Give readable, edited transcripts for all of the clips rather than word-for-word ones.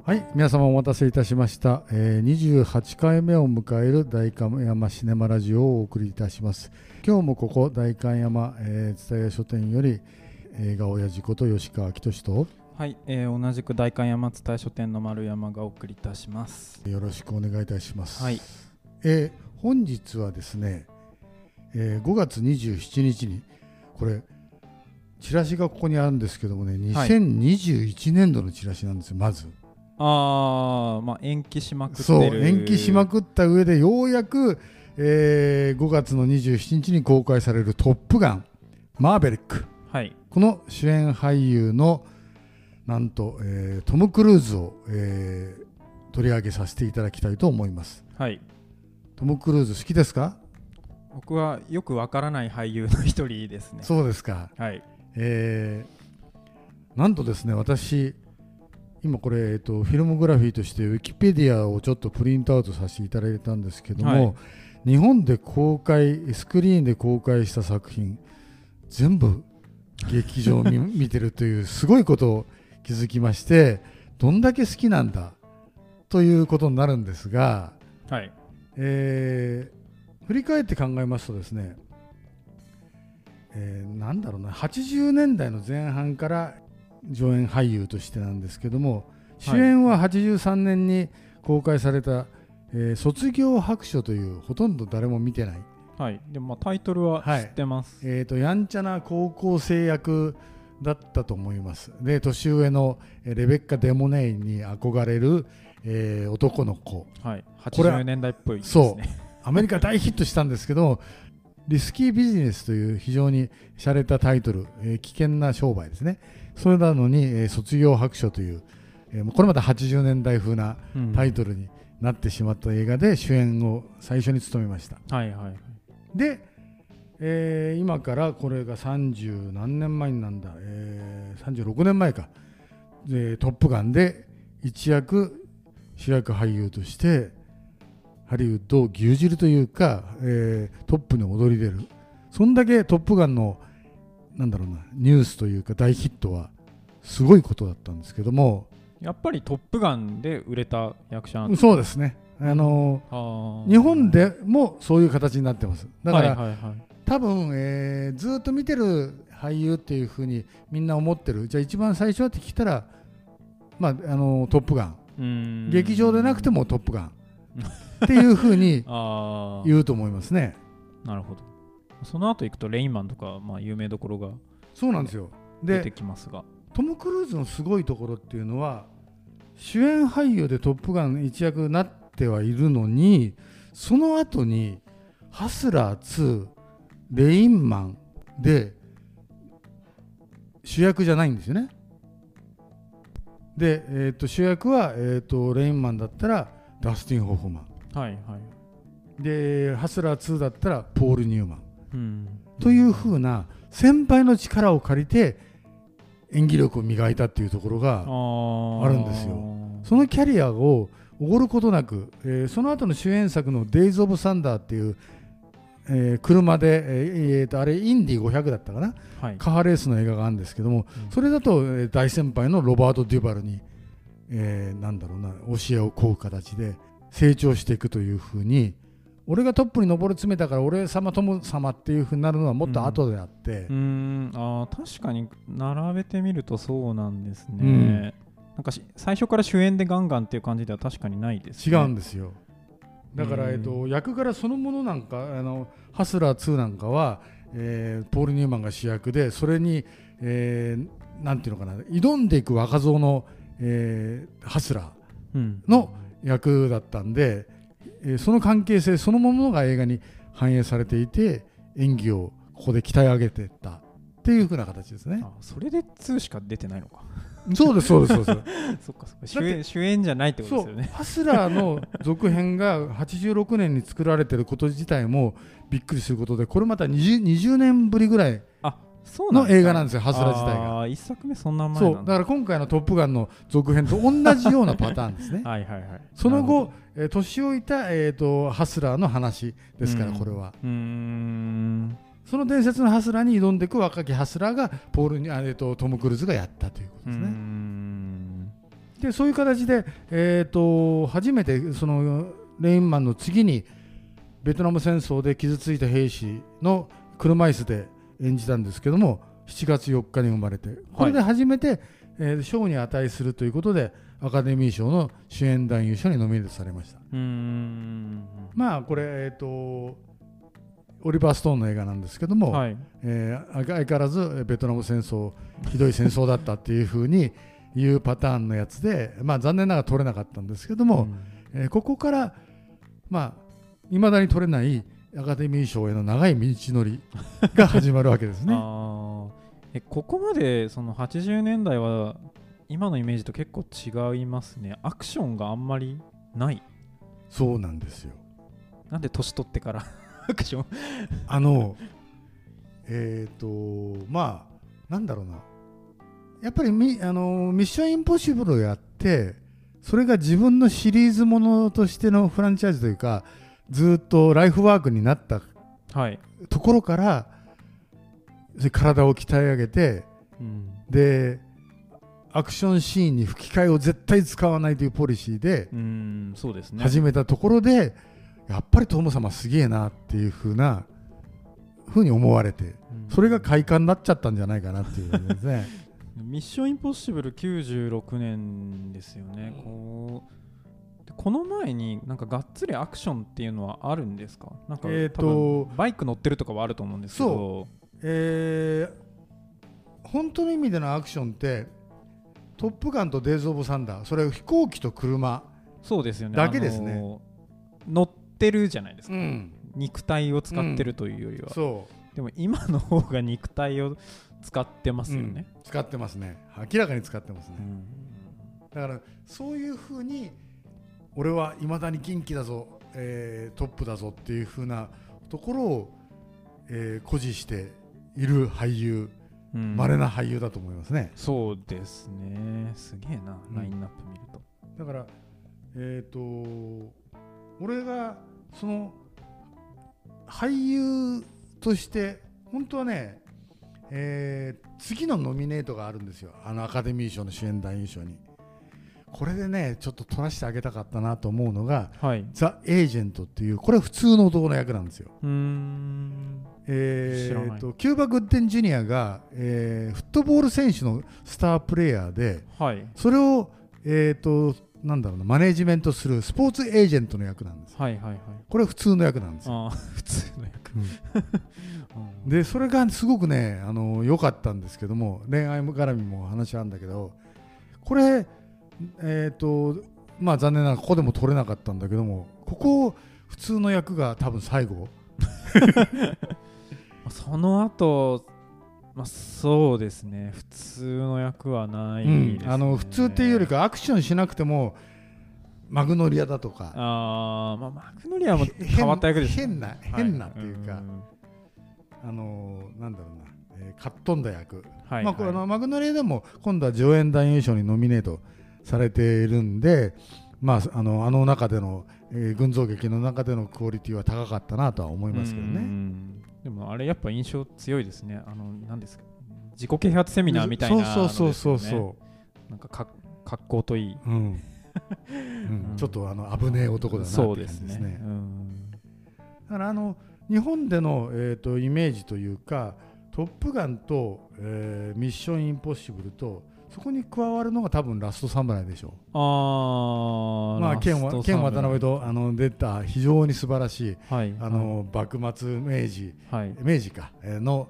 はい、皆様お待たせいたしました。28回目を迎える代官山シネマラジオをお送りいたします。今日もここ代官山蔦屋書店より映画親父こと吉川明俊と、 はい、同じく代官山蔦屋書店の丸山がお送りいたします。 よろしくお願いいたします。 はい、 本日はですね、5月27日にこれチラシがここにあるんですけどもね、2021年度のチラシなんですよ。まず延期しまくってる。 そう、延期しまくった上でようやく、5月の27日に公開されるトップガンマーヴェリック、 はい、 この主演俳優のなんと、トム・クルーズを、取り上げさせていただきたいと思います。 はい、 トム・クルーズ好きですか？ 僕はよくわからない俳優の一人ですね。 そうですか。 はい、 なんとですね、私今これ、フィルモグラフィーとしてウィキペディアをちょっとプリントアウトさせていただいたんですけども、はい、日本で公開スクリーンで公開した作品全部劇場見てるというすごいことを気づきまして、どんだけ好きなんだということになるんですが、 はい、 振り返って考えますとですね、なんだろうな、80年代の前半から上演俳優としてなんですけども、主演は83年に公開された、卒業白書というほとんど誰も見てない、 はい、でもタイトルは知ってます。 やんちゃな高校生役だったと思います。で、年上のレベッカ・デモネイに憧れる、男の子、 はい、80年代っぽいですね。 そう、アメリカ大ヒットしたんですけどリスキービジネスという非常に洒落たタイトル、危険な商売ですね。それなのに、卒業白書という、これまた80年代風なタイトルになってしまった映画で主演を最初に務めました。 はいはい、 で、今からこれが30何年前になんだ、36年前か、トップガンで一躍主役俳優としてハリウッドを牛耳るというか、トップに躍り出る。そんだけトップガンのなんだろうな、ニュースというか大ヒットはすごいことだったんですけども、 やっぱりトップガンで売れた役者なんですか？そうですね。日本でもそういう形になってます。だから、多分、ずっと見てる俳優っていうふうにみんな思ってる。じゃあ一番最初はって聞いたら、トップガン、劇場でなくてもトップガンっていうふうに言うと思いますね。 なるほど。その後行くとレインマンとか、有名どころがそうなんですよ。 出てきますが、 トム・クルーズのすごいところっていうのは、主演俳優でトップガン一躍なってはいるのに、その後にハスラー2、レインマンで主役じゃないんですよね。で、主役は、レインマンだったらダスティン・ホフマン、 はいはい、 でハスラー2だったらポール・ニューマン、という風な先輩の力を借りて演技力を磨いたっていうところがあるんですよ。そのキャリアをおごることなく、その後の主演作のデイズ・オブ・サンダーっていう、車で、あれインディ500だったかな、はい、カーレースの映画があるんですけども、それだと、大先輩のロバート・デュバルに、なんだろうな、教えを請う形で成長していくというふうに、俺がトップに上り詰めたから俺様トム様っていう風になるのはもっと後であって、 確かに並べてみるとそうなんですね。なんか最初から主演でガンガンっていう感じでは確かにないですね。 違うんですよ。だから、役柄そのものなんか、ハスラー2なんかは、ポール・ニューマンが主役で、それに、なんていうのかな、挑んでいく若造の、ハスラーの役だったんで、その関係性そのものが映画に反映されていて、演技をここで鍛え上げていったっていう風な形ですね。 それで2しか出てないのか。 そうですそうですそうですそっかそっか、主演じゃないってことですよね。 ハスラーの続編が86年に作られてること自体もびっくりすることで、これまた 20年ぶりぐらいの映画なんですよ、ハスラー自体が。 1作目そんな前なんだ。 そうだから今回のトップガンの続編と同じようなパターンですね。 はいはいはい。 その後、年老いた、ハスラーの話ですから、これは。その伝説のハスラーに挑んでいく若きハスラーがトム・クルーズがやったということですね。 でそういう形で、初めてそのレインマンの次にベトナム戦争で傷ついた兵士の車椅子で演じたんですけども、7月4日に生まれて、これで初めて、賞に値するということでアカデミー賞の主演男優賞にノミネートされました。まあこれ、オリバー・ストーンの映画なんですけども、相変わらずベトナム戦争ひどい戦争だったっていうふうにいうパターンのやつで、まあ、残念ながら取れなかったんですけども、ここからまあいまだに取れないアカデミー賞への長い道のりが始まるわけですね。 ここまでその80年代は今のイメージと結構違いますね。アクションがあんまりない。 そうなんですよ。 なんで年取ってからアクションまあなんだろうな、やっぱりミッションインポッシブルをやって、それが自分のシリーズものとしてのフランチャイズというかずっとライフワークになったところから、体を鍛え上げて、でアクションシーンに吹き替えを絶対使わないというポリシーで始めたところで、やっぱりトム様すげえなっていうふうに思われて、それが快感になっちゃったんじゃないかなっていうですね。 ミッションインポッシブル96年ですよね。この前になんかがっつりアクションっていうのはあるんですか？なんか多分バイク乗ってるとかはあると思うんですけど、 本当の意味でのアクションってトップガンとデイズ・オブ・サンダー、それ飛行機と車だけですね。 乗ってるじゃないですか、肉体を使ってるというよりは、でも今の方が肉体を使ってますよね。 使ってますね。明らかに使ってますね。だからそういうふうに俺はいまだに元気だぞ、トップだぞっていうふうなところを、誇示している俳優、稀な俳優だと思いますね。 そうですね。すげえな、ラインナップ見ると。 だから俺がその俳優として本当はね、次のノミネートがあるんですよ、アカデミー賞の主演男優賞に。これでねちょっと取らせてあげたかったなと思うのが、ザ・エージェントっていう、これは普通の男の役なんですよ。キューバ・グッデン・ジュニアが、フットボール選手のスタープレーヤーで、それを、なんだろうな、マネージメントするスポーツエージェントの役なんです。これは普通の役なんですよ。 普通の役、 でそれがすごくね良かったんですけども、恋愛絡みも話あるんだけど、これまあ残念ながらここでも取れなかったんだけども、ここ普通の役が多分最後その後、そうですね、普通の役はないですね。 普通っていうよりかアクションしなくてもマグノリアだとか、 マグノリアも変わった役ですね。 変なっていうか、なんだろうな、かっ飛んだ役、マグノリアでも今度は助演男優賞にノミネートされているんで、あの中での、群像劇の中でのクオリティは高かったなとは思いますけどね。 でもあれやっぱ印象強いですね。何ですか、自己啓発セミナーみたいなのですよね。そうなんか格好といい、 ちょっと危ねえ男だなって感じですね。だから日本での、イメージというか、トップガンと、ミッションインポッシブルとそこに加わるのが多分ラストサムライでしょう。ケン渡辺と出た非常に素晴らしい、幕末明治か、の、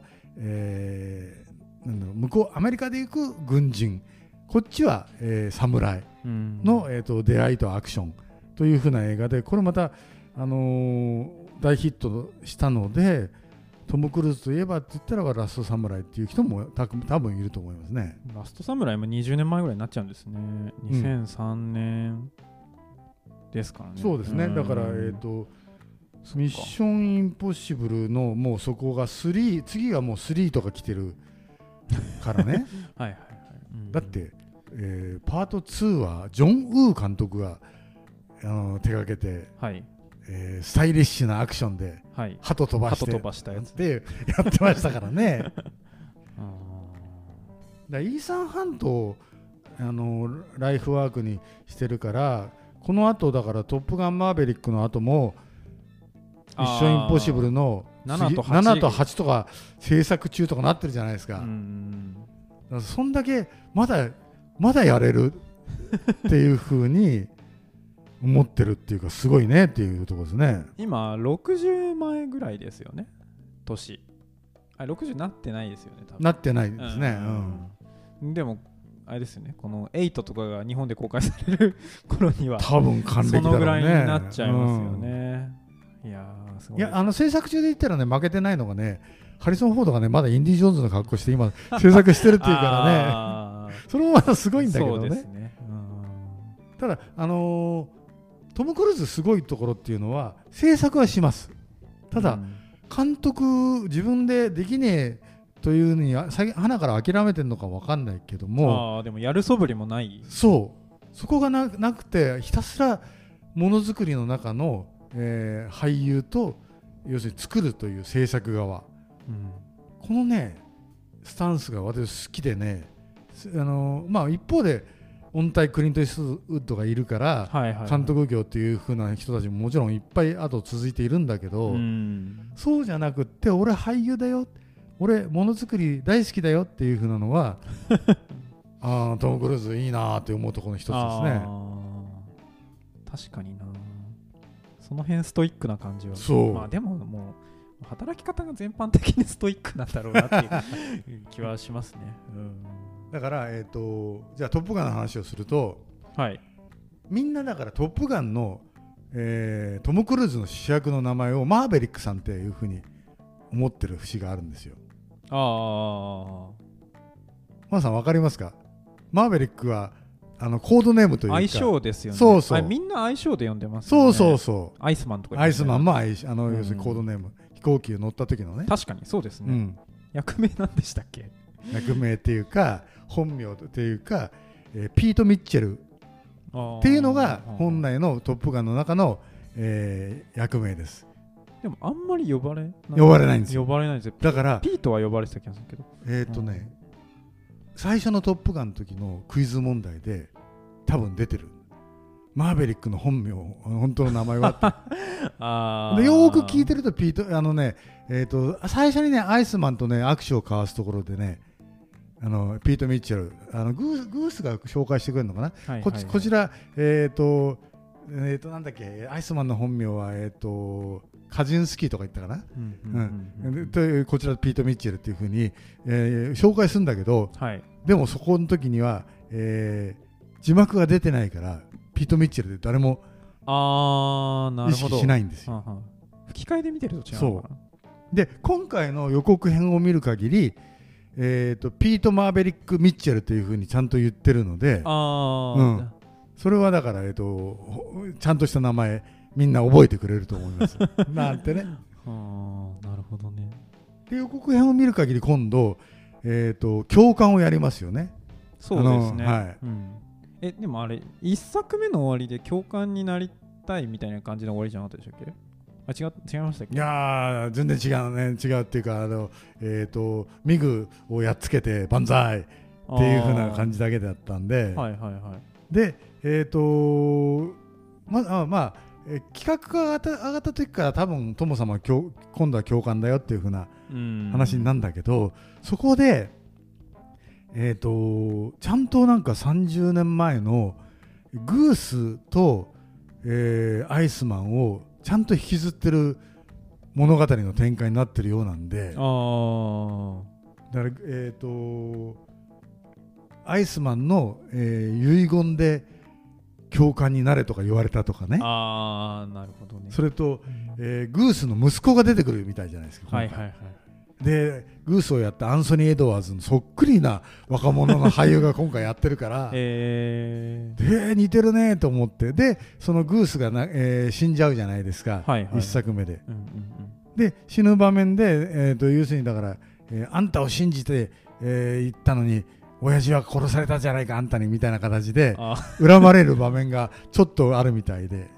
向こうアメリカで行く軍人、こっちは、侍の、出会いとアクションというふうな映画で、これまた、大ヒットしたので、トム・クルーズといえばって言ったらラストサムライっていう人も多分いると思いますね。 ラストサムライも20年前ぐらいになっちゃうんですね。2003年ですからね。 そうですね。だからミッションインポッシブルのもうそこが3、次がもう3とか来てるからね。だって、パート2はジョン・ウー監督が手掛けて、スタイリッシュなアクションで鳩飛ばしたやつでやってましたからね。だイーサン・ハントライフワークにしてるから、この後だからトップガンマーヴェリックの後もミッションインポッシブルの 7と 8とか制作中とかなってるじゃないですか。だからそんだけまだやれるっていう風に思ってるっていうか、すごいねっていうところですね。 今60前ぐらいですよね、年。60なってないですよね、多分。 なってないですね。 でもあれですよね、この8とかが日本で公開される頃には多分還暦だろうね。 そのぐらいになっちゃいますよね。いやすごい。 いや、制作中で言ったらね、負けてないのがね、ハリソン・フォードがね、まだインディ・ジョーンズの格好して今制作してるっていうからねそれもまたすごいんだけどね。 そうですね。 ただトム・クルーズすごいところっていうのは制作はします。ただ、監督自分でできねえというのに花から諦めてるのか分かんないけども、 でもやる素振りもない。 そこが なくて、ひたすらものづくりの中の、俳優と要するに作るという制作側、このねスタンスが私好きでね、一方で音体クリント・イーストウッドがいるから、監督業っていう風な人たちももちろんいっぱい後続いているんだけど、そうじゃなくって、俺俳優だよ、俺ものづくり大好きだよっていう風なのはトム・クルーズいいなって思うところの一つですね。 確かにな、その辺ストイックな感じは。でももう働き方が全般的にストイックなんだろうなっていう気はしますね。 だから、じゃあトップガンの話をすると、みんなだからトップガンの、トム・クルーズの主役の名前をマーヴェリックさんっていうふうに思ってる節があるんですよ。マーさん分かりますか？マーヴェリックはコードネームというか愛称ですよね。 そうそう、 みんな愛称で呼んでますよね。 そうアイスマンとか、 アイスマンも要するにコードネーム、飛行機乗った時のね。 確かにそうですね。役名なんでしたっけ？ 役名っていうか本名っていうか、ピート・ミッチェルっていうのが本来のトップガンの中の、役名です。 でもあんまり呼ばれないんですよ。 だからピートは呼ばれてた気がするけど、 最初のトップガンの時のクイズ問題で多分出てる、マーヴェリックの本名本当の名前はってでよーく聞いてるとピート最初にねアイスマンとね握手を交わすところでね、ピート・ミッチェルグースが紹介してくれるのかな、こちらなんだっけ、アイスマンの本名はカジンスキーとか言ったかな、こちらピート・ミッチェルっていう風に、紹介するんだけど、でもそこの時には、字幕が出てないからピート・ミッチェルで誰も意識しないんですよ。 吹き替えで見てると違うのかな。 で今回の予告編を見る限り、ピート・マーヴェリック・ミッチェルという風にちゃんと言ってるので、それはだから、ちゃんとした名前みんな覚えてくれると思いますなんてね。 なるほどね。 で予告編を見る限り今度、教官をやりますよね。 そうですね。でもあれ1作目の終わりで教官になりたいみたいな感じの終わりじゃなかったでしたっけ？違いましたっけ？いや全然違うね。違うっていうかミグをやっつけて万歳っていう風な感じだけだったんで、で企画が上がった時から多分トモ様は今度は教官だよっていう風な話になるんだけど、そこでちゃんとなんか30年前のグースと、アイスマンをちゃんと引きずってる物語の展開になってるようなんで、だからアイスマンの、遺言で教官になれとか言われたとかね。 なるほどね。 それと、グースの息子が出てくるみたいじゃないですか。でグースをやったアンソニー・エドワーズのそっくりな若者の俳優が今回やってるからで似てるねと思って、でそのグースが死んじゃうじゃないですか、1作目で。で死ぬ場面で、要するにだから、あんたを信じて、行ったのに親父は殺されたじゃないかあんたにみたいな形で恨まれる場面がちょっとあるみたいで。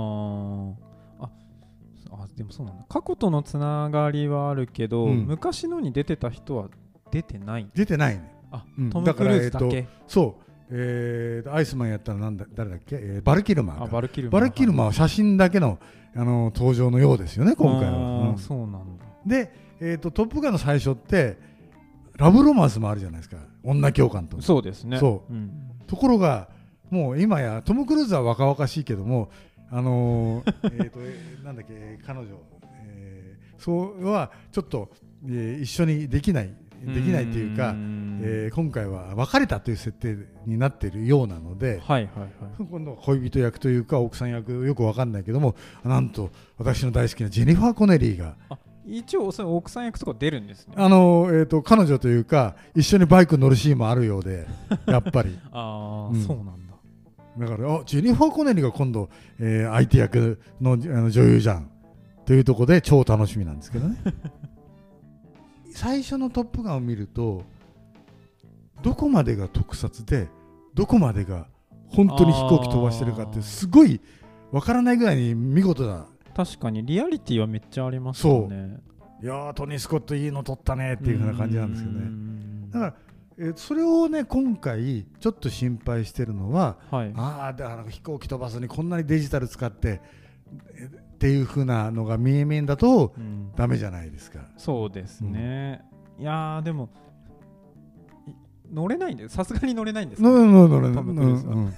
でもそうなんだ。過去とのつながりはあるけど、昔のに出てた人は出てない。 出てないね。 トム・クルーズだけ。 そアイスマンやったら誰だっけ、バルキルマー。 バルキルマーは写真だけの、登場のようですよね今回は。 そうなんだ。 で、トップガンの最初ってラブロマンスもあるじゃないですか、女教官と。 そうですね。 そう、ところがもう今やトム・クルーズは若々しいけども、なんだっけ彼女、そうはちょっと、一緒にできないというか、今回は別れたという設定になっているようなので、今度は恋人役というか奥さん役よく分かんないけども、なんと私の大好きなジェニファー・コネリーが一応それ奥さん役とか出るんですね。 彼女というか一緒にバイク乗るシーンもあるようでやっぱりそうなんだ。 だからジェニファー・コネリーが今度、相手役の、女優じゃんというところで超楽しみなんですけどね最初のトップガンを見るとどこまでが特撮でどこまでが本当に飛行機飛ばしてるかってすごいわからないぐらいに見事だ。 確かにリアリティはめっちゃありますよね。 いやートニー・スコットいいの撮ったねっていう風な感じなんですよね。だから、それをね今回ちょっと心配してるのは、飛行機飛ばすにこんなにデジタル使ってっていう風なのが見え見えだとダメじゃないですか。 そうですね。いやでも乗れないんで、さすがに乗れないんですか。 乗れない。ミッ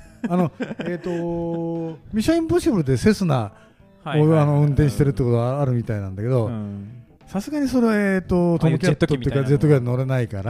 ションインポッシブルでセスナを運転してるってことはあるみたいなんだけど、さすがにそれはトムキャットっていうかジェット機は乗れないから、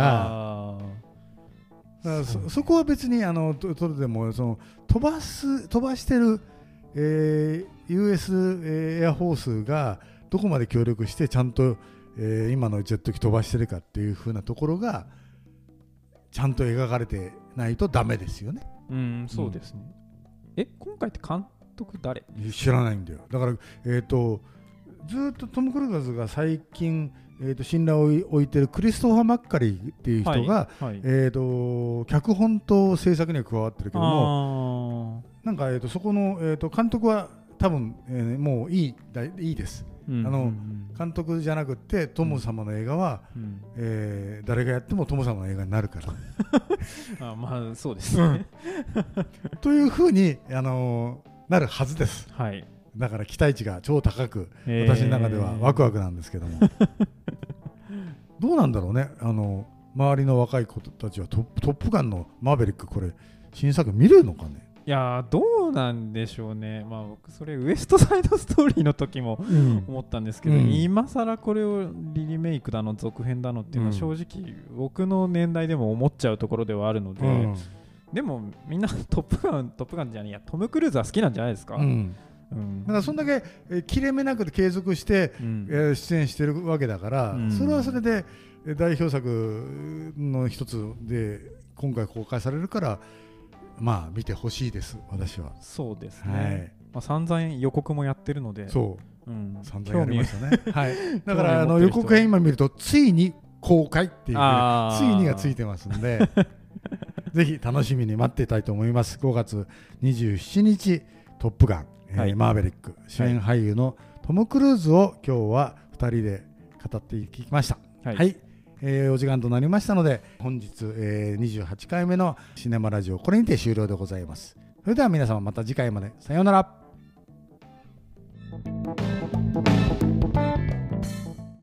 そこは別にトルでもその飛ばしてる、US エアフォースがどこまで協力してちゃんと、今のジェット機飛ばしてるかっていう風なところがちゃんと描かれてないとダメですよね。 そうですね。今回って監督誰？ 知らないんだよ。だからずっとトム・クルーズが最近信頼を置いてるクリストファー・マッカリーっていう人が、脚本と制作には加わってるけども、なんかそこの監督は多分もういいです。監督じゃなくてトム様の映画は、誰がやってもトム様の映画になるからまあそうですねというふうになるはずです。だから期待値が超高く、私の中ではワクワクなんですけどもどうなんだろうね、周りの若い子たちはトップガンのマーヴェリックこれ新作見れるのかね。 いやどうなんでしょうね。僕それウエストサイドストーリーの時も思ったんですけど、今更これをリメイクだの続編だのっていうのは正直僕の年代でも思っちゃうところではあるので、でもみんなトップガンじゃねえやトム・クルーズは好きなんじゃないですか。だからそんだけ切れ目なく継続して、出演してるわけだから、それはそれで代表作の一つで今回公開されるから見てほしいです、私は。 そうですね。散々予告もやってるので、 散々やりましたね。だから予告編今見るとついに公開っていうついにがついてますんでぜひ楽しみに待っていたいと思います。5月27日トップガン、マーヴェリック主演俳優のトム・クルーズを今日は2人で語っていきました。お時間となりましたので本日、28回目のシネマラジオこれにて終了でございます。それでは皆様また次回までさようなら。